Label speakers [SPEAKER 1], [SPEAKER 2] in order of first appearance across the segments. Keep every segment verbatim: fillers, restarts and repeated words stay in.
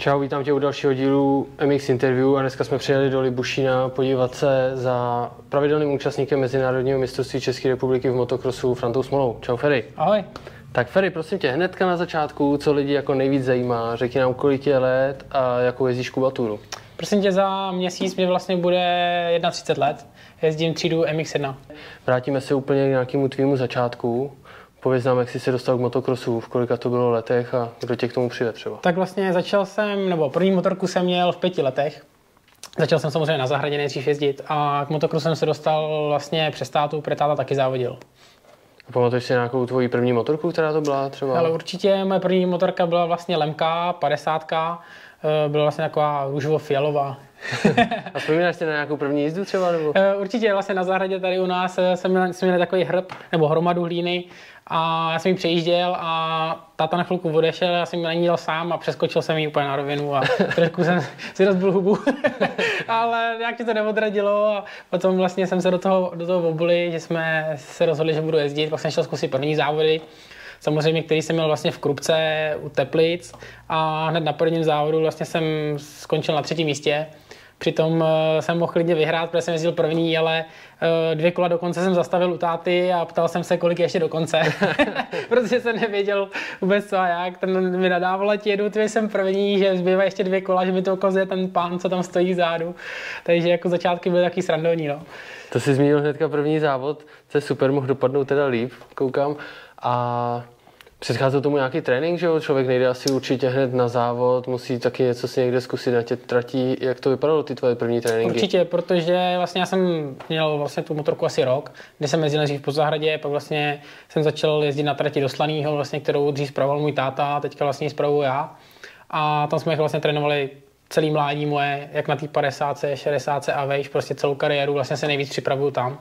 [SPEAKER 1] Čau, vítám tě u dalšího dílu M X Interview a dneska jsme přijeli do Libušína podívat se za pravidelným účastníkem Mezinárodního mistrovství České republiky v motokrosu Frantou Smolou. Čau Ferry.
[SPEAKER 2] Ahoj.
[SPEAKER 1] Tak Ferry, prosím tě, hnedka na začátku, co lidi jako nejvíc zajímá, řekni nám, kolik je let a jakou jezdíš kubaturu.
[SPEAKER 2] Prosím tě, za měsíc mě vlastně bude třicet jedna let. Jezdím třídu M X jedna.
[SPEAKER 1] Vrátíme se úplně k nějakému tvýmu začátku. Pověz nám, jak jsi se dostal k motokrosu, v kolika to bylo letech a kdo tě k tomu přijde třeba.
[SPEAKER 2] Tak vlastně začal jsem, nebo první motorku jsem měl v pěti letech. Začal jsem samozřejmě na zahradě nejdřív jezdit a k motokrosu jsem se dostal vlastně přes tátu, protože táta taky závodil.
[SPEAKER 1] A pamatuješ si nějakou tvoji první motorku, která to byla třeba?
[SPEAKER 2] Ale určitě moje první motorka byla vlastně Lemka, padesátka, byla vlastně taková růžovo-fialová.
[SPEAKER 1] A vzpomínáš si na nějakou první jízdu třeba? Nebo?
[SPEAKER 2] Určitě, vlastně na zahradě tady u nás jsem měl, jsem měl takový hrb nebo hromadu hlíny a já jsem ji přejížděl a táta na chvilku odešel, já jsem ji na ní jel sám a přeskočil jsem ji úplně na rovinu a trošku jsem si rozbil hubu. Ale nějak mi to neodradilo a potom vlastně jsem se do toho, do toho obuli, že jsme se rozhodli, že budu jezdit, pak jsem šel zkusit první závody. Samozřejmě, který jsem měl vlastně v Krupce u Teplic a hned na prvním závodu vlastně jsem skončil na třetím místě. Přitom jsem mohl klidně vyhrát, protože jsem jezdil první, ale dvě kola do konce jsem zastavil u táty a ptal jsem se, kolik je ještě do konce. Protože jsem nevěděl vůbec co a jak. Ten mi nadával, ať jedu, ty jsem první, že zbývá ještě dvě kola, že mi to ukazuje ten pán, co tam stojí vzadu. Takže jako začátky byly taky srandovní. No.
[SPEAKER 1] To jsi zmínil hnedka první závod, to je super, mohl dopadnout teda líp, koukám. A předcházel tomu nějaký trénink, že jo? Člověk nejde asi určitě hned na závod, musí taky něco si někde zkusit na tě tratí. Jak to vypadalo, ty tvoje první tréninky?
[SPEAKER 2] Určitě, protože vlastně já jsem měl vlastně tu motorku asi rok, kdy jsem jezdil nejdřív po zahradě, pak vlastně jsem začal jezdit na trati do Slanýho, vlastně, kterou dřív spravoval můj táta, teďka vlastně ji spravuju já. A tam jsme vlastně trénovali celý mládí moje, jak na té padesátce, šedesátce a vejš, prostě celou kariéru, vlastně se nejvíc připravuju tam.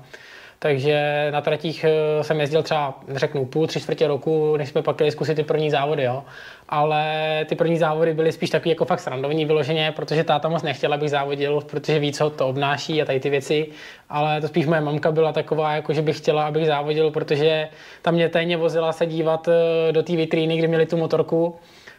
[SPEAKER 2] Takže na tratích jsem jezdil třeba, řeknu, půl, tři čtvrtě roku, než jsme pak jeli zkusit ty první závody, jo. Ale ty první závody byly spíš takový jako fakt srandovní vyloženě, protože táta moc nechtěla, abych závodil, protože ví, co to obnáší a tady ty věci. Ale to spíš moje mamka byla taková, jako že bych chtěla, abych závodil, protože tam mě tajně vozila se dívat do té vitríny, kde měli tu motorku.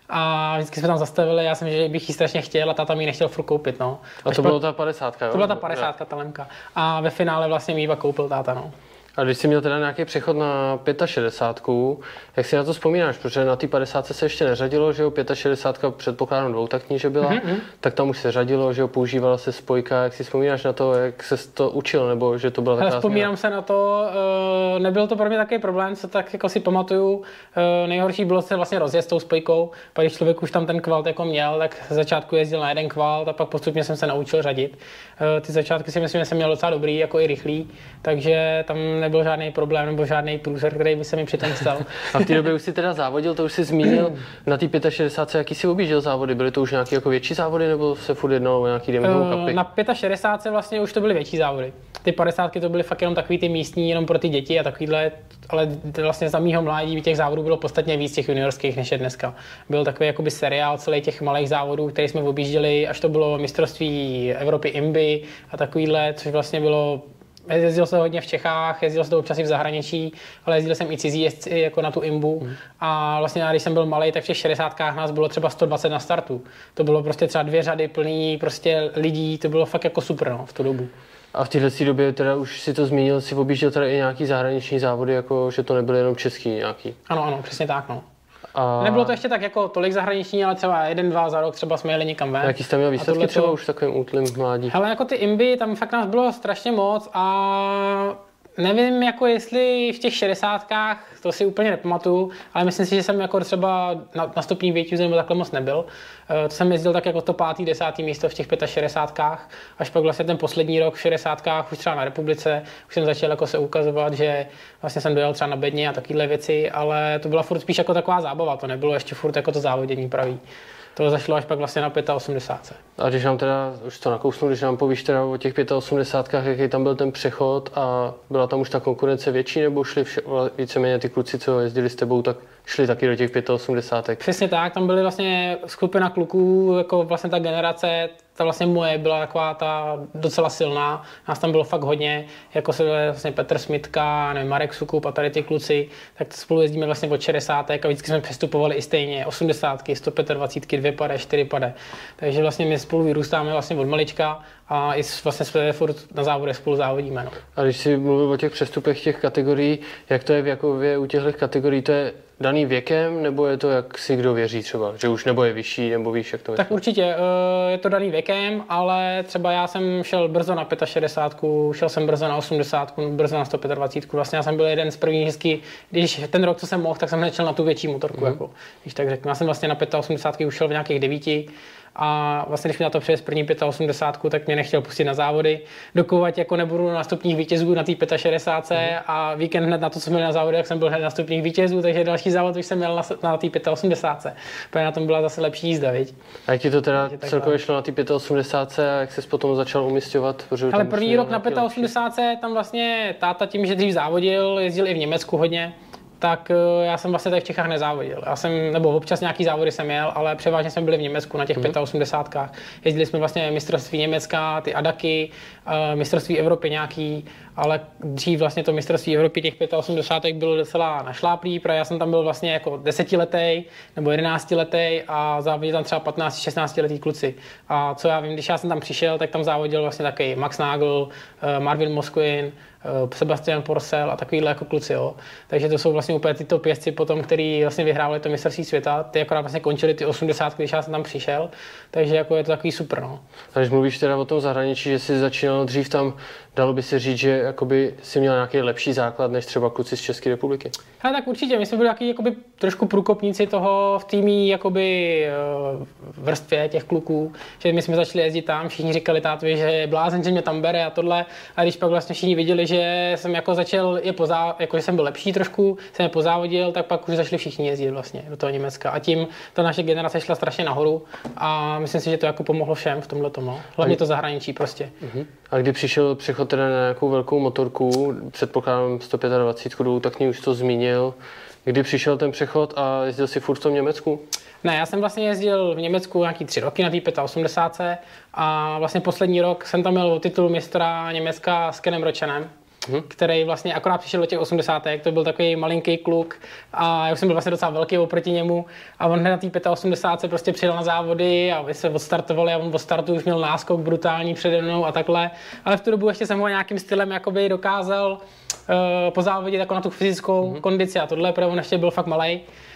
[SPEAKER 2] A vždycky jsme tam zastavili, já jsem, že bych ji strašně chtěl a táta mi ji nechtěl furt koupit, no.
[SPEAKER 1] A to byla ta padesátka, jo?
[SPEAKER 2] To byla ta padesátka, ta Lemka. A ve finále vlastně mi ji koupil táta, no.
[SPEAKER 1] A když jsi měl teda nějaký přechod na šedesátku pět, jak si na to vzpomínáš? Protože na té padesátce se ještě neřadilo, že jo, šedesátka pět předpokládám dvoutaktní, že byla, mm-hmm. tak tam už se řadilo, že jo, používala se spojka. Jak si vzpomínáš na to, jak se to učil, nebo že to byla taková
[SPEAKER 2] Vzpomínám
[SPEAKER 1] změna?
[SPEAKER 2] se na to, nebyl to pro mě takový problém, co tak jako si pamatuju. Nejhorší bylo se vlastně rozjet s tou spojkou, pak když člověk už tam ten kvalt jako měl, tak z začátku jezdil na jeden kvalt a pak postupně jsem se naučil řadit. Ty začátky si myslím, že jsem měl docela dobrý, jako i rychlý, takže tam nebyl žádný problém nebo žádný průser, který by se mi přitom stal.
[SPEAKER 1] A v té době už si teda závodil, to už si zmínil na té šedesátce pět, jaký si objížděl závody? Byly to už nějaké jako větší závody nebo se furt jednalo o nějaký demo kapy?
[SPEAKER 2] Na šedesátce pět vlastně už to byly větší závody. Ty padesátky to byly fakt jenom takový ty místní, jenom pro ty děti a takovýhle, ale vlastně za mýho mládí těch závodů bylo podstatně víc těch juniorských než je dneska. Byl takový jakoby seriál celých těch malých závodů, který jsme objížděli, až to bylo mistrovství Evropy I M B Y a takovýhle, což vlastně bylo. Jezdil jsem hodně v Čechách, jezdil jsem to občas i v zahraničí, ale jezdil jsem i cizí jezdci jako na tu imbu. Mm. A vlastně když jsem byl malý, tak v těch šedesátkách nás bylo třeba sto dvacet na startu. To bylo prostě třeba dvě řady plný prostě lidí, to bylo fakt jako super, no, v tu dobu.
[SPEAKER 1] A v této době teda už si to zmínil, si objížděl teda i nějaký zahraniční závody, jako že to nebyly jenom český nějaký.
[SPEAKER 2] Ano, ano, přesně tak, no.
[SPEAKER 1] A...
[SPEAKER 2] Nebylo to ještě tak jako tolik zahraniční, ale třeba jeden, dva za rok třeba jsme jeli někam ven.
[SPEAKER 1] Jaký jste měl výsledky třeba to... už v takovém útlým mládí?
[SPEAKER 2] Hele, jako ty imby, tam fakt nás bylo strašně moc a nevím, jako jestli v těch šedesátkách, to si úplně nepamatuju, ale myslím si, že jsem jako třeba na, na stupní většiu nebo takhle moc nebyl. To jsem jezdil tak jako to pátý, desátý místo v těch šedesátkách pět, až pak vlastně ten poslední rok v šedesátkách už třeba na republice, už jsem začal jako se ukazovat, že vlastně jsem dojel třeba na bedně a takovéhle věci, ale to byla furt spíš jako taková zábava, to nebylo ještě furt jako to závodění pravý. To zašlo až pak vlastně na osmdesát pět.
[SPEAKER 1] A když nám teda, už to nakousnu, když nám povíš teda o těch osmdesátkách pět, jaký tam byl ten přechod a byla tam už ta konkurence větší, nebo šli vše, víceméně ty kluci, co jezdili s tebou, tak šli taky do těch osmdesát pět?
[SPEAKER 2] Přesně tak, tam byly vlastně skupina kluků, jako vlastně ta generace ta vlastně moje byla taková ta docela silná, nás tam bylo fakt hodně, jako se vlastně Petr Smitka, nevím, Marek Sukup a tady ty kluci, tak spolu jezdíme vlastně od šedesátek a vždycky jsme přestupovali i stejně, osmdesátky, sto dvacet pět, dvě pade, čtyři pade, takže vlastně my spolu vyrůstáme vlastně od malička a i vlastně jsme furt na závodech spolu závodíme. No.
[SPEAKER 1] A když jsi mluvil o těch přestupech těch kategorií, jak to je věkově u těchto kategorií, to je daný věkem, nebo je to, jak si kdo věří třeba, že už nebo je vyšší, nebo víš, jak to je?
[SPEAKER 2] Tak určitě je to daný věkem, ale třeba já jsem šel brzo na šedesát pět, šel jsem brzo na osmdesát, brzo na sto dvacet pět, vlastně já jsem byl jeden z prvních hezky, když ten rok, co jsem mohl, tak jsem hned šel na tu větší motorku, mm. jako, když tak řeknu. Já jsem vlastně na osmdesát pět už šel v nějakých devíti, a vlastně, když mi na to přijez první osmdesát pět, tak mě nechtěl pustit na závody. Dokud jako nebudu na stupních vítězů na té šedesát pět mm. a víkend hned na to, co jsme měli na závody, tak jsem byl hned na stupních vítězů, takže další závod už jsem měl na, na té osmdesát pět. Protože na tom byla zase lepší jízda, viď?
[SPEAKER 1] A jak ti to teda celkově šlo na té osmdesát pět a jak jsi potom začal umísťovat?
[SPEAKER 2] Ale první rok na osmdesát pět tam vlastně táta tím, že dřív závodil, jezdil i v Německu hodně, tak já jsem vlastně tady v Čechách nezávodil. Já jsem, nebo občas nějaký závody jsem jel, ale převážně jsme byli v Německu na těch mm. osmdesát pět. Jezdili jsme vlastně mistrovství Německa, ty Adaky, mistrovství Evropy nějaký, ale dřív vlastně to mistrovství Evropy těch osmdesát pět bylo docela našláplý, protože já jsem tam byl vlastně jako desetiletý nebo jedenáctiletý a závodil tam třeba patnáct šestnáct letý kluci. A co já vím, když já jsem tam přišel, tak tam závodil vlastně takový Max Nagel, Marvin Mosquin, Sebastian Porcel a takovýhle jako kluci, jo. Takže to jsou vlastně úplně tyto pěstci potom, který vlastně vyhrávali to mistrovství světa. Ty akorát vlastně končili ty osmdesát, když já jsem tam přišel, takže jako je to takový super, no.
[SPEAKER 1] A když mluvíš teda o tom zahraničí, že jsi začínal dřív tam, dalo by se říct, že jakoby jsi měl nějaký lepší základ než třeba kluci z České republiky?
[SPEAKER 2] Ale tak určitě, my jsme byli jaký, jakoby, trošku průkopníci toho v týmí jakoby, vrstvě těch kluků, že my jsme začali jezdit tam, všichni říkali tátovi, že je blázen, že mě tam bere a tohle, a když pak vlastně všichni viděli, že jsem jako začal je pozá, jako že jsem byl lepší trošku, jsem je pozávodil, tak pak už začali všichni jezdit vlastně do toho Německa a tím ta naše generace šla strašně nahoru a myslím si, že to jako pomohlo všem v tomhle tomu, hlavně to zahraničí prostě.
[SPEAKER 1] Uh-huh. A kdy přišel přechod teda na nějakou velkou motorku, předpokládám sto dvacet pět, tak mě už to zmínil, kdy přišel ten přechod a jezdil si furt v tom Německu?
[SPEAKER 2] Ne, já jsem vlastně jezdil v Německu nějaký tři roky na té osmdesát pět a vlastně poslední rok jsem tam měl titul mistra Německa s Kenem Ročanem, hmm. který vlastně akorát přišel do těch osmdesátek, to byl takový malinký kluk a já už jsem byl vlastně docela velký oproti němu a on na té osmdesát pět prostě přijel na závody a my se odstartovali a on od startu už měl náskok brutální přede mnou a takhle, ale v tu dobu ještě jsem ho nějakým stylem jakoby dokázal uh, pozávodit jako na tu fyzickou hmm. kondici a tohle, protože on ještě byl fakt malej.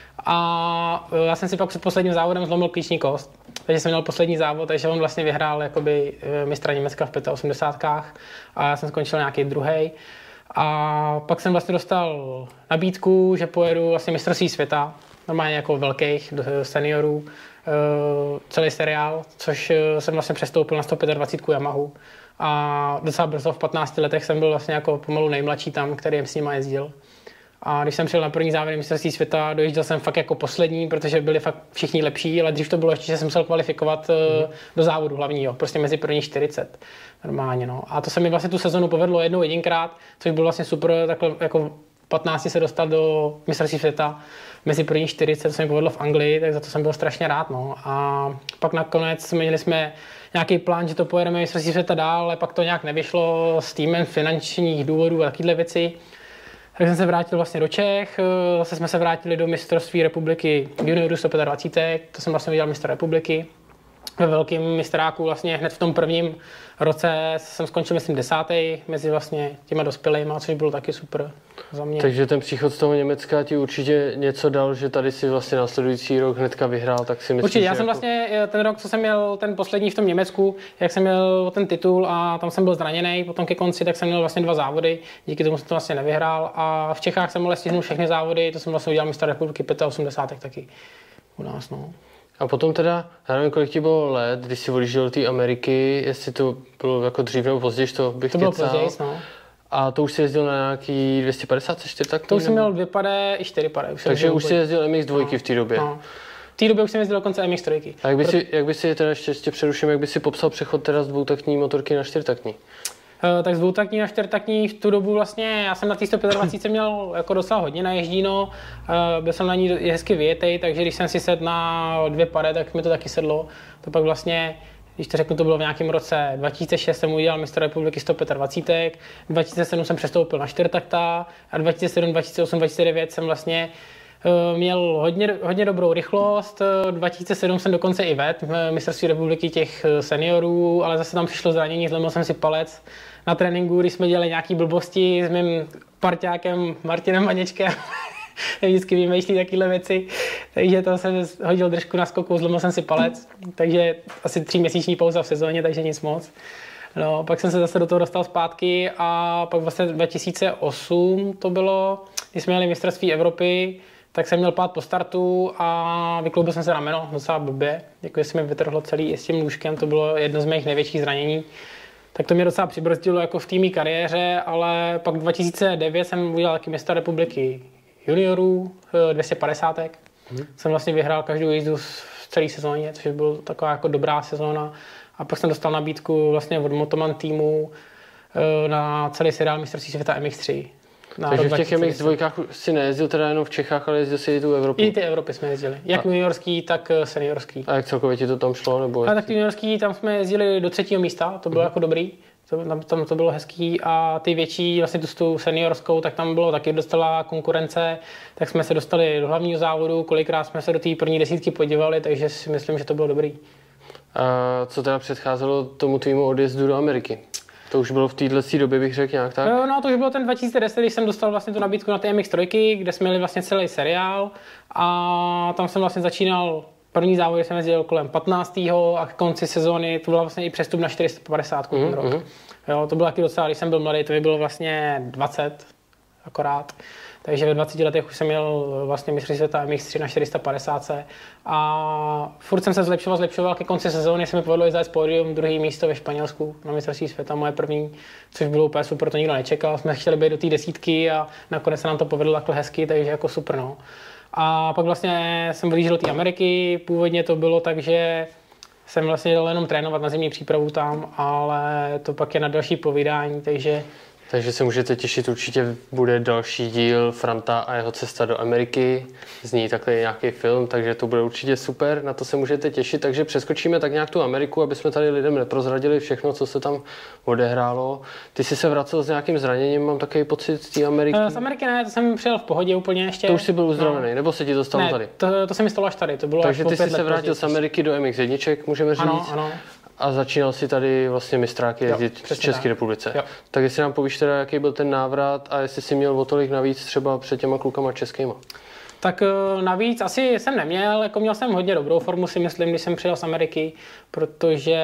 [SPEAKER 2] A já jsem si pak před posledním závodem zlomil klíční kost, takže jsem měl poslední závod, takže on vlastně vyhrál jakoby mistra Německa v osmdesát pět a já jsem skončil nějaký druhý. A pak jsem vlastně dostal nabídku, že pojedu vlastně mistrovství světa, normálně jako velkých seniorů, celý seriál, což jsem vlastně přestoupil na sto dvacet pět Yamahu. A docela brzo v patnácti letech jsem byl vlastně jako pomalu nejmladší tam, který s nima jezdil. A když jsem šel na první závěr mistrovství světa, dojížděl jsem fakt jako poslední, protože byli fakt všichni lepší, ale dřív to bylo ještě, že jsem musel kvalifikovat mm. do závodu hlavního, prostě mezi první čtyřicet. Normálně, no. A to se mi vlastně tu sezonu povedlo jednou jedinkrát, což bylo vlastně super, takhle jako patnácti se dostat do mistrovství světa mezi první čtyřicet, to se mi povedlo v Anglii, tak za to jsem byl strašně rád, no. A pak nakonec měli jsme nějaký plán, že to pojedeme mistrovství světa dál, ale pak to nějak nevyšlo s týmem finančních důvodů a takovéhle věci. Tak jsem se vrátil vlastně do Čech, zase jsme se vrátili do mistrovství republiky juniorů sto dvacet pět, to jsem vlastně viděl mistra republiky. Ve velkém mistráku vlastně hned v tom prvním roce jsem skončil, myslím, desátý mezi vlastně těma dospělejma, což bylo taky super za mě.
[SPEAKER 1] Takže ten příchod z toho Německa ti určitě něco dal, že tady si vlastně následující rok hnedka vyhrál, tak si myslíš,
[SPEAKER 2] určitě, já jsem
[SPEAKER 1] jako...
[SPEAKER 2] vlastně ten rok, co jsem měl ten poslední v tom Německu, jak jsem měl ten titul a tam jsem byl zraněný, potom ke konci, tak jsem měl vlastně dva závody, díky tomu jsem to vlastně nevyhrál a v Čechách jsem ale stihnul všechny závody, to jsem vlastně udělal mistra republiky osmdesát pět taky u nás, no.
[SPEAKER 1] A potom teda, já nevím, kolik ti bylo let, když jsi odjížděl do té Ameriky, jestli to bylo jako dřív nebo později, to bych
[SPEAKER 2] To bylo
[SPEAKER 1] kecal.
[SPEAKER 2] později, no.
[SPEAKER 1] A to už jsi jezdil na nějaký dvě stě padesát čtyři tak?
[SPEAKER 2] To už jsem měl dvě pade i čtyři pade.
[SPEAKER 1] Takže už jsi jezdil M X dva no, v té době. No.
[SPEAKER 2] V té době už jsem jezdil dokonce M X tři.
[SPEAKER 1] A jak by si, jak by si teda ještě, ještě přeruším, jak by si popsal přechod teda z dvoutaktní motorky na čtyřtaktní?
[SPEAKER 2] Uh, tak z dvoutaktní na čtyřtaktní v tu dobu vlastně, já jsem na té sto dvacet měl jako docela hodně naježdíno, uh, byl jsem na ní hezky vyjetej, takže když jsem si sedl na dvě pade, tak mi to taky sedlo. To pak vlastně Když to řeknu, to bylo v nějakém roce dva tisíce šest jsem udělal mistr republiky sto dvacet pět, dva tisíce sedm jsem přestoupil na čtyřtakta a dva tisíce sedm, dva tisíce osm, dva tisíce devět jsem vlastně uh, měl hodně, hodně dobrou rychlost. dva tisíce sedm jsem dokonce i vedl mistrovství republiky těch seniorů, ale zase tam přišlo zranění, zlomil jsem si palec na tréninku, když jsme dělali nějaký blbosti s mým parťákem Martinem Maněčkem. Vždycky vymýšlí takovéhle věci, takže to jsem hodil držku na skoku, zlomil jsem si palec, takže asi tříměsíční pauza v sezóně, takže nic moc. No, pak jsem se zase do toho dostal zpátky a pak vlastně dva tisíce osm to bylo, když jsme měli mistrovství Evropy, tak jsem měl pád po startu a vykloubil jsem se rameno docela blbě, jako se mi vytrhlo celý i s tím lůžkem, to bylo jedno z mých největších zranění. Tak to mě docela přibrzdilo jako v té mý kariéře, ale pak dva tisíce devět jsem udělal taky mistra republiky juniorů, dvě stě padesát. Hmm. Jsem vlastně vyhrál každou jízdu v celé sezóně, což byla taková jako dobrá sezóna. A pak jsem dostal nabídku vlastně od Motoman týmu na celý seriál mistrovství světa M X tři.
[SPEAKER 1] Takže v těch M X dva si nejezdil teda jenom v Čechách, ale jezdil si i tu Evropu?
[SPEAKER 2] I ty Evropy jsme jezdili, jak a... juniorský, tak seniorský.
[SPEAKER 1] A jak celkově ti to tam šlo? Nebo
[SPEAKER 2] a tak juniorský, tam jsme jezdili do třetího místa, to bylo hmm. jako dobrý. To, tam, tam to bylo hezký a ty větší, vlastně tu, tu seniorskou, tak tam bylo taky dostala konkurence, tak jsme se dostali do hlavního závodu, kolikrát jsme se do té první desítky podívali, takže si myslím, že to bylo dobrý.
[SPEAKER 1] A co teda předcházelo tomu tvýmu odjezdu do Ameriky? To už bylo v této době, bych řekl nějak tak?
[SPEAKER 2] No, no, to už bylo ten dva tisíce deset, když jsem dostal vlastně tu nabídku na té M X tři, kde jsme měli vlastně celý seriál a tam jsem vlastně začínal. První závod jsem jezdil kolem patnáctého a k konci sezóny to byl vlastně i přestup na čtyři sta padesát mm, ten rok. Mm. Jo, to bylo taky docela, když jsem byl mladý, to mi bylo vlastně dvacet akorát. Takže ve dvaceti letech už jsem měl vlastně mistrovství světa M X tři na čtyři sta padesát a furt jsem se zlepšoval, zlepšoval, ke konci sezóny se mi povedlo zajet z pódium, druhé místo ve Španělsku na mistrovství světa, moje první, což bylo úplně super, to nikdo nečekal, jsme chtěli být do té desítky a nakonec se nám to povedlo takhle hezky, takže jako super, no. A pak vlastně jsem odjížděl do té Ameriky, původně to bylo tak, že jsem vlastně jel jenom trénovat na zimní přípravu tam, ale to pak je na další povídání, takže...
[SPEAKER 1] Takže se můžete těšit, určitě bude další díl Franta a jeho cesta do Ameriky, z ní takhle nějaký film, takže to bude určitě super, na to se můžete těšit, takže přeskočíme tak nějak tu Ameriku, aby jsme tady lidem neprozradili všechno, co se tam odehrálo. Ty jsi se vracel s nějakým zraněním, mám takový pocit z té Ameriky?
[SPEAKER 2] Z Ameriky ne, to jsem přijel v pohodě úplně ještě.
[SPEAKER 1] To už jsi byl uzdravený, no. Nebo se ti to stalo
[SPEAKER 2] ne,
[SPEAKER 1] tady?
[SPEAKER 2] To, to se mi stalo až tady, to bylo
[SPEAKER 1] takže
[SPEAKER 2] až
[SPEAKER 1] ty jsi se vrátil později z Ameriky do M X jedna, můžeme říct?
[SPEAKER 2] Ano, ano.
[SPEAKER 1] A začínal si tady vlastně mistráky jezdit v České tak. republice. Jo. Tak jestli nám povíš teda, jaký byl ten návrat a jestli jsi měl o tolik navíc třeba před těma klukama českýma?
[SPEAKER 2] Tak navíc asi jsem neměl, jako měl jsem hodně dobrou formu, si myslím, když jsem přijel z Ameriky, protože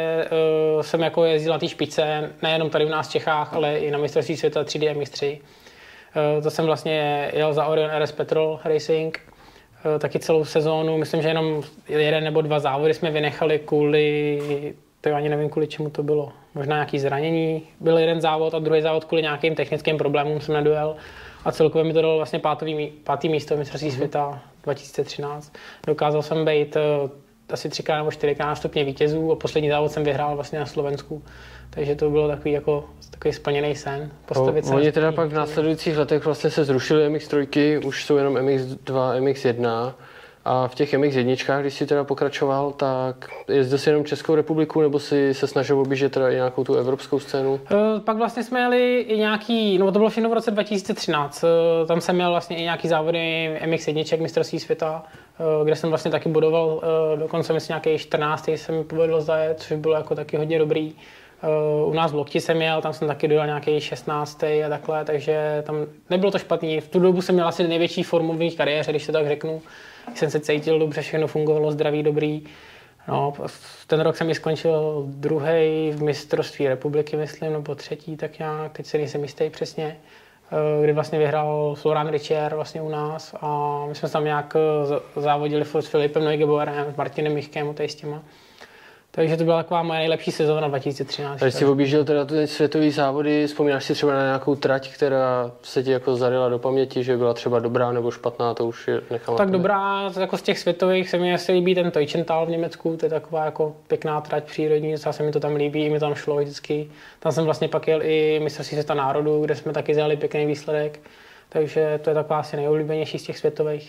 [SPEAKER 2] uh, jsem jako jezdil na té špičce, nejenom tady u nás v Čechách, ale i na mistrovství světa tři D M X tři. Uh, to jsem vlastně jel za Orion R S Petrol Racing, taky celou sezónu, myslím, že jenom jeden nebo dva závody jsme vynechali kvůli, to ani nevím, kvůli čemu to bylo, možná nějaký zranění. Byl jeden závod a druhý závod kvůli nějakým technickým problémům jsem nedojel a celkově mi to dalo vlastně pátý, pátý místo v mistrovství světa dva tisíce třináct. Dokázal jsem být uh, asi třikrát nebo čtyřikrát na stupně vítězů a poslední závod jsem vyhrál vlastně na Slovensku. Takže to bylo takový jako takový splněný sen. Postavit
[SPEAKER 1] se. Oni teda pak v následujících letech vlastně se zrušili M X tři, už jsou jenom M X dva, M X jedna. A v těch M X jedna, když jsi teda pokračoval, tak jezdil jsi jenom Českou republiku, nebo si se snažil objíždět teda i nějakou tu evropskou scénu?
[SPEAKER 2] Uh, pak vlastně jsme jeli i nějaký, no to bylo všechno v roce dva tisíce třináct, uh, tam jsem měl vlastně i nějaký závody M X jedna, mistrovství světa, uh, kde jsem vlastně taky bodoval, uh, dokonce myslím nějaký čtrnáctý se mi povedlo zajet, což bylo jako taky hodně dobrý. Uh, u nás v Lokti jsem jel, tam jsem taky dojel nějaký šestnáctý a takhle, takže tam nebylo to špatný. V tu dobu jsem měl asi největší formu v mé kariéře, když to tak řeknu. Jsem se cítil dobře, všechno fungovalo, zdraví, dobrý. No, ten rok jsem mi skončil druhý v mistrovství republiky, myslím, nebo třetí, tak nějak, teď se nejsem jistý přesně, kdy vlastně vyhrál Florian Richer vlastně u nás a my jsme tam nějak závodili s Filipem Neugeborem, s Martinem Michkem, tady s těma. Takže to byla taková moje nejlepší sezóna dva tisíce třináct.
[SPEAKER 1] Takže jsi objížděl teda ty světové závody, vzpomínáš si třeba na nějakou trať, která se ti jako zaryla do paměti, že byla třeba dobrá nebo špatná, to už je nechám.
[SPEAKER 2] Tak dobrá, jako z těch světových se mi asi líbí ten Teutschental v Německu, to je taková jako pěkná trať přírodní, docela se mi to tam líbí, i mi tam šlo vždycky. Tam jsem vlastně pak jel i mistrovství světa národů, kde jsme taky zjeli pěkný výsledek, takže to je taková asi nejoblíbenější z těch světových.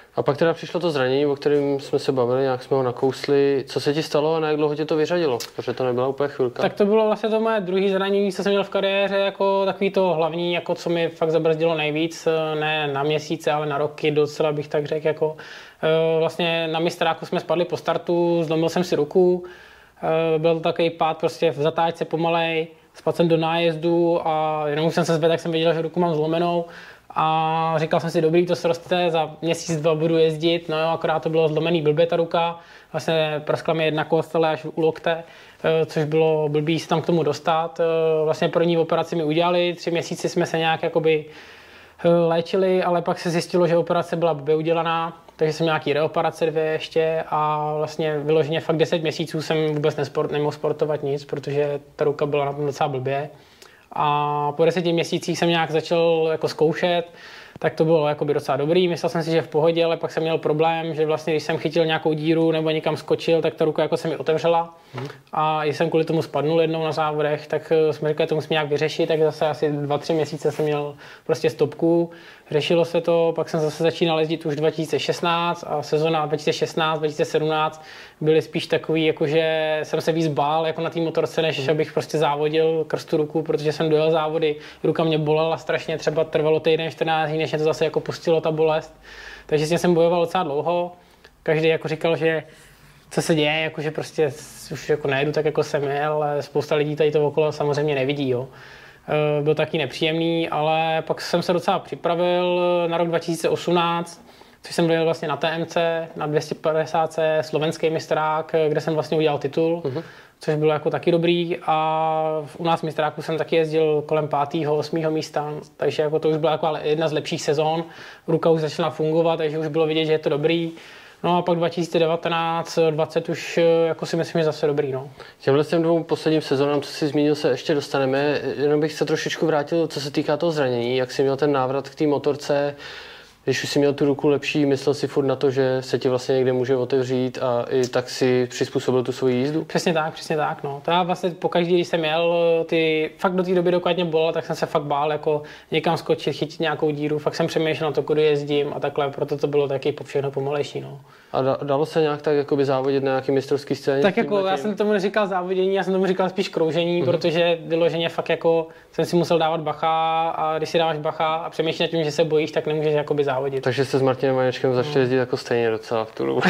[SPEAKER 1] A pak teda přišlo to zranění, o kterém jsme se bavili, nějak jsme ho nakousli. Co se ti stalo a na jak dlouho tě to vyřadilo? Protože to nebyla úplně chvilka.
[SPEAKER 2] Tak to bylo vlastně to moje druhé zranění, co jsem měl v kariéře, jako takový to hlavní, jako co mi fakt zabrzdilo nejvíc, ne na měsíce, ale na roky, docela bych tak řekl. Jako, vlastně na mistráku jsme spadli po startu, zlomil jsem si ruku, byl to takový pád prostě v zatáčce pomalej, spadl jsem do nájezdu a jenom jsem se zvedl, tak jsem věděl, že ruku mám zlomenou. A říkal jsem si, dobrý, to sroste, za měsíc, dva budu jezdit, no jo, akorát to bylo zlomený blbě ta ruka, vlastně praskla mi jedna kostele až u lokte, což bylo blbý se tam k tomu dostat. Vlastně první operaci mi udělali, tři měsíce jsme se nějak jakoby léčili, ale pak se zjistilo, že operace byla blbě udělaná, takže jsem nějaký reoperace dvě ještě a vlastně vyloženě fakt deset měsíců jsem vůbec nesport, nemohl sportovat nic, protože ta ruka byla na tom docela blbě. A po deseti měsících jsem nějak začal jako zkoušet, tak to bylo jakoby docela dobrý. Myslel jsem si, že v pohodě, ale pak jsem měl problém, že vlastně když jsem chytil nějakou díru nebo někam skočil, tak ta ruka jako se mi otevřela. Hmm. A když jsem kvůli tomu spadnul jednou na závodech, tak jsme říkali, to musím nějak vyřešit, tak zase asi dva, tři měsíce jsem měl prostě stopku. Řešilo se to, pak jsem zase začínal jezdit už dva tisíce šestnáct a sezona dva tisíce šestnáct dva tisíce sedmnáct byly spíš takový, jakože jsem se víc bál jako na té motorce, než abych prostě závodil krz tu ruku, protože jsem dojel závody, ruka mě bolela strašně, třeba trvalo týden, čtrnáct dní, než mě to zase jako pustilo ta bolest. Takže s tím jsem bojoval docela dlouho. Každý jako říkal, že co se děje, jakože prostě už jako nejedu tak, jako jsem jel, ale spousta lidí tady to okolo samozřejmě nevidí, jo. Byl taky nepříjemný, ale pak jsem se docela připravil na rok dva tisíce osmnáct, což jsem dojel vlastně na T M C, na dvě stě padesát slovenský mistrák, kde jsem vlastně udělal titul, uh-huh. což bylo jako taky dobrý a u nás v mistráku jsem taky jezdil kolem pátého, osmého místa, takže jako to už byla jako jedna z lepších sezon, ruka už začala fungovat, takže už bylo vidět, že je to dobrý. No a pak dva tisíce devatenáct dvacet už jako si myslím, že zase dobrý. No.
[SPEAKER 1] Těmhle těm dvou posledním sezónám, co jsi zmínil, se ještě dostaneme. Jenom bych se trošičku vrátil, co se týká toho zranění, jak jsi měl ten návrat k té motorce. Když už jsi měl tu ruku lepší, myslel si furt na to, že se ti vlastně někde může otevřít a i tak si přizpůsobil tu svoji jízdu?
[SPEAKER 2] Přesně tak, přesně tak. No. To já vlastně pokaždé, když jsem jel, ty, fakt do té doby, dokud mě bolelo, tak jsem se fakt bál jako někam skočit, chytit nějakou díru. Fakt jsem přemýšlel na to, kudy jezdím a takhle, proto to bylo taky po všechno pomalejší. No.
[SPEAKER 1] A dalo se nějak tak jakoby závodit na nějaký mistrovský scéně?
[SPEAKER 2] Tak jako já jsem tomu neříkal závodění, já jsem tomu říkal spíš kroužení, mm-hmm. protože vyloženě fakt jako jsem si musel dávat bacha a když si dáváš bacha a přemýšlíš nad tím, že se bojíš, tak nemůžeš jakoby závodit.
[SPEAKER 1] Takže jste s Martinem Vaněčkem začali jezdit jako stejně docela v tu dobu.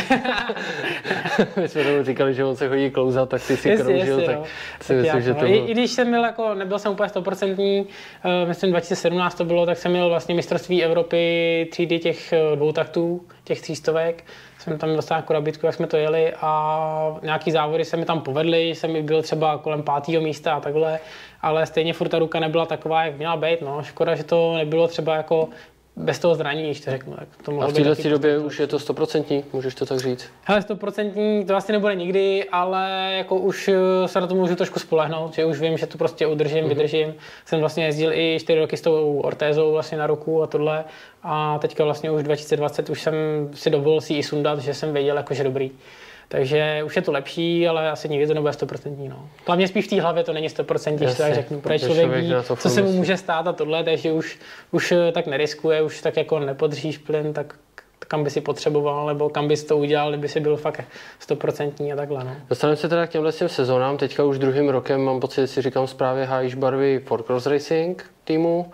[SPEAKER 1] My jsme tomu říkali, že on se chodí klouzat, tak ty si
[SPEAKER 2] jestli,
[SPEAKER 1] kroužil,
[SPEAKER 2] jestli,
[SPEAKER 1] tak
[SPEAKER 2] no.
[SPEAKER 1] si myslím, že to bylo...
[SPEAKER 2] I, I když jsem měl jako, nebyl jsem úplně stoprocentní, uh, myslím dva tisíce sedmnáct to bylo, tak jsem měl vlastně mistrovství Evropy třídy těch dvou taktů, těch třístovek. Jsem tam dostal jako nabídku, jak jsme to jeli a nějaký závody se mi tam povedly, jsem byl třeba kolem pátého místa a takhle, ale stejně furt ta ruka nebyla taková, jak měla být, no. Škoda, že to nebylo třeba jako bez toho zranění, když to řeknu. Tak to
[SPEAKER 1] a v této době už je to stoprocentní, můžeš to tak říct?
[SPEAKER 2] Hele, stoprocentní to asi nebude nikdy, ale jako už se na to můžu trošku spolehnout, že už vím, že to prostě udržím, mm-hmm. vydržím. Jsem vlastně jezdil i čtyři roky s tou ortézou vlastně na ruku a tohle a teďka vlastně už dva tisíce dvacet už jsem si dovolil si i sundat, že jsem věděl, jako, že dobrý. Takže už je to lepší, ale asi nikdy to nebude stoprocentní. No. Hlavně spíš v té hlavě to není stoprocentní, když to tak řeknu. Protože člověk ví, co se mu může stát a tohle, takže už, už tak neriskuje, už tak jako nepodržíš plyn, tak kam by si potřeboval, nebo kam bys to udělal, kdyby si byl fakt stoprocentní a takhle. No.
[SPEAKER 1] Dostaneme se teda k těmhle sezónám. Teďka už druhým rokem mám pocit, že si říkám zprávě hájíš barvy Ford Cross Racing týmu.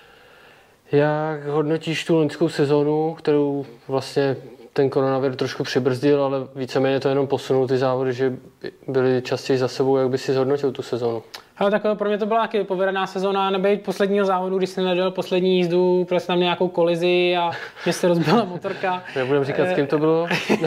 [SPEAKER 1] Jak hodnotíš tu loňskou sezónu, kterou vlastně ten koronavir trošku přibrzdil, ale víceméně to jenom posunul ty závody, že byly častěji za sebou, jak by si zhodnotil tu sezónu?
[SPEAKER 2] Ale tak pro mě to byla taky povedená sezóna, nebejt posledního závodu, když jsem nedal poslední jízdu, protože jsem tam měl nějakou kolizi a mě se rozbila motorka.
[SPEAKER 1] Nebudem říkat, s kým to bylo.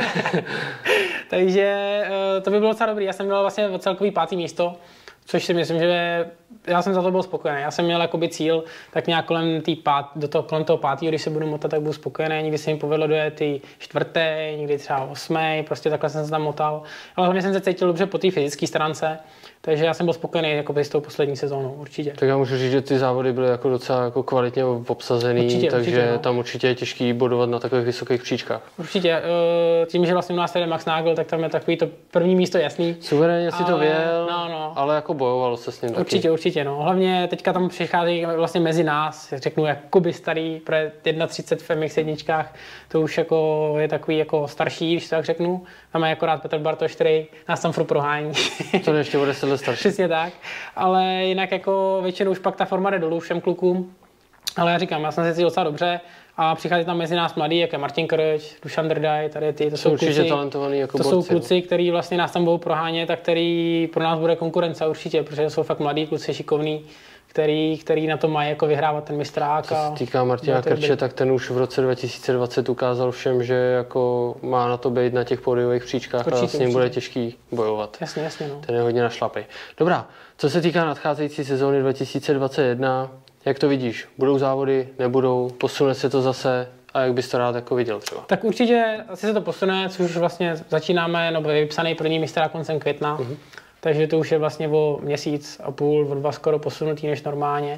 [SPEAKER 2] Takže to by bylo docela dobrý. Já jsem měl vlastně celkový pátý místo, což si myslím, že já jsem za to byl spokojený. Já jsem měl jakoby cíl, tak nějak kolem, tý pát, do toho, kolem toho pátého, když se budu motat, tak budu spokojený. Někdy se mi povedlo dojet ty čtvrté, někdy třeba osmé, prostě takhle jsem se tam motal. Ale hlavně jsem se cítil dobře po té fyzické stránce, takže já jsem byl spokojený jakoby s tou poslední sezónou, určitě.
[SPEAKER 1] Tak já můžu říct, že ty závody byly jako docela jako kvalitně obsazený, určitě, takže určitě, no. Tam určitě je těžký bodovat na takových vysokých příčkách.
[SPEAKER 2] Určitě, tím, že vlastně u nás jede Max Nagl, tak tam je takový to první místo jasný.
[SPEAKER 1] Suverénně si to věl,
[SPEAKER 2] no, no.
[SPEAKER 1] ale jako bojovalo se s ním
[SPEAKER 2] určitě,
[SPEAKER 1] taky.
[SPEAKER 2] určitě, no. Hlavně teďka tam přichází vlastně mezi nás, řeknu jakoby starý, pro třicet jedna v M X jedna, to už jako je takový jako starší, když to tak řeknu. Tam je akorát Petr Bartoš, který nás tam furt prohání.
[SPEAKER 1] To je ještě o deset let starší.
[SPEAKER 2] Přesně tak, ale jinak jako většinou už pak ta forma jde dolů všem klukům. Ale já říkám, já jsem se cítil docela dobře a přichází tam mezi nás mladí, jako je Martin Krč, Dušan Drdaj, tady ty, to jsou
[SPEAKER 1] určitě
[SPEAKER 2] kluci,
[SPEAKER 1] talentovaný jako
[SPEAKER 2] to
[SPEAKER 1] borci,
[SPEAKER 2] jsou kluci, kteří vlastně nás tam budou prohánět a který pro nás bude konkurence určitě, protože jsou fakt mladí kluci, šikovní, který, který na to mají jako vyhrávat ten mistrák.
[SPEAKER 1] Co se týká Martina Krče, tak ten už v roce dva tisíce dvacet ukázal všem, že jako má na to být na těch pódiových příčkách určitě, a s ním určitě bude těžký bojovat.
[SPEAKER 2] Jasně, jasně, no.
[SPEAKER 1] Ten je hodně našlapej. Dobrá, co se týká nadcházející sezóny dva tisíce dvacet jedna, jak to vidíš? Budou závody, nebudou, posune se to zase a jak bys to rád jako viděl třeba?
[SPEAKER 2] Tak určitě asi se to posune, což už vlastně začínáme, nebo je vypsaný první mistrák koncem května, uh-huh. takže to už je vlastně o měsíc a půl, o dva skoro posunutý než normálně.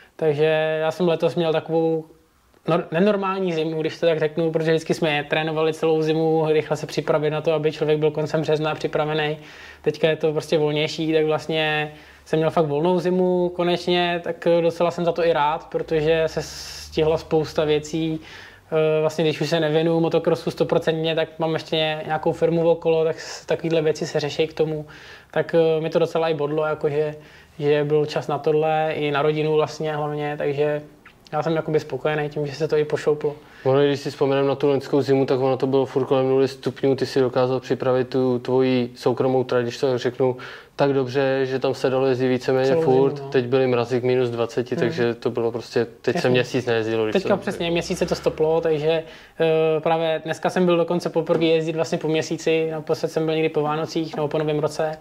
[SPEAKER 2] Takže já jsem letos měl takovou nor- nenormální zimu, když to tak řeknu, protože vždycky jsme trénovali celou zimu, rychle se připravit na to, aby člověk byl koncem března připravený. Teďka je to prostě volnější, tak vlastně jsem měl fakt volnou zimu konečně, tak docela jsem za to i rád, protože se stihla spousta věcí. Vlastně když už se nevěnuju motocrossu stoprocentně, tak mám ještě nějakou firmu okolo, tak takovéhle věci se řeší k tomu. Tak mi to docela i bodlo, jakože, že byl čas na tohle, i na rodinu vlastně hlavně, takže já jsem jakoby spokojený tím, že se to i pošouplo.
[SPEAKER 1] Ono, když si vzpomeneme na tu loňskou zimu, tak ono to bylo furt kolem nuly stupňů, ty si dokázal připravit tu tvoji soukromou trať, když to řeknu, tak dobře, že tam se dalo jezdit víceméně celou furt, zimu, no. Teď byly mrazy k minus dvacet, hmm. takže to bylo prostě, teď Jasně. se měsíc nejezdilo.
[SPEAKER 2] Teďka to přesně měsíc se to stoplo, takže uh, právě dneska jsem byl dokonce poprvé jezdit vlastně po měsíci, naposled jsem byl někdy po Vánocích nebo po Novém roce.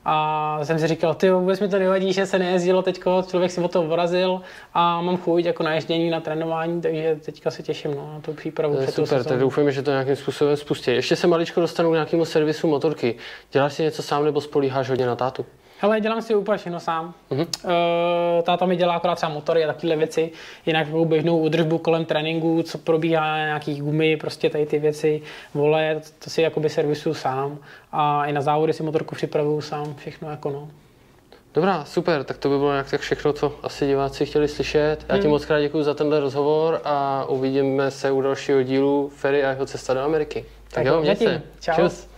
[SPEAKER 2] A jsem si říkal, ty vůbec mi to nevadí, že se nejezdilo teďko, člověk si o to vorazil a mám chuť jako na ježdění, na trénování, takže teďka se těším no, na tu přípravu.
[SPEAKER 1] To je super, tak doufujeme, že to nějakým způsobem spustí. Ještě se maličko dostanu k nějakému servisu motorky. Děláš si něco sám nebo spolíháš hodně na tátu?
[SPEAKER 2] Hele, dělám si úplně všechno sám.
[SPEAKER 1] Uh-huh.
[SPEAKER 2] E, táta mi dělá akorát třeba motory a takové věci, jinak běžnou údržbu kolem tréninku, co probíhá, nějaký gumy, prostě tady ty věci, vole, to si jakoby servisuju sám a i na závody si motorku připravuju sám, všechno jako no.
[SPEAKER 1] Dobrá, super, tak to by bylo nějak tak všechno, co asi diváci chtěli slyšet. Já ti hmm. moc krát děkuji za tenhle rozhovor a uvidíme se u dalšího dílu Ferry a jeho cesta do Ameriky. Tak, tak jo, mějte se.
[SPEAKER 2] Čau. Čus.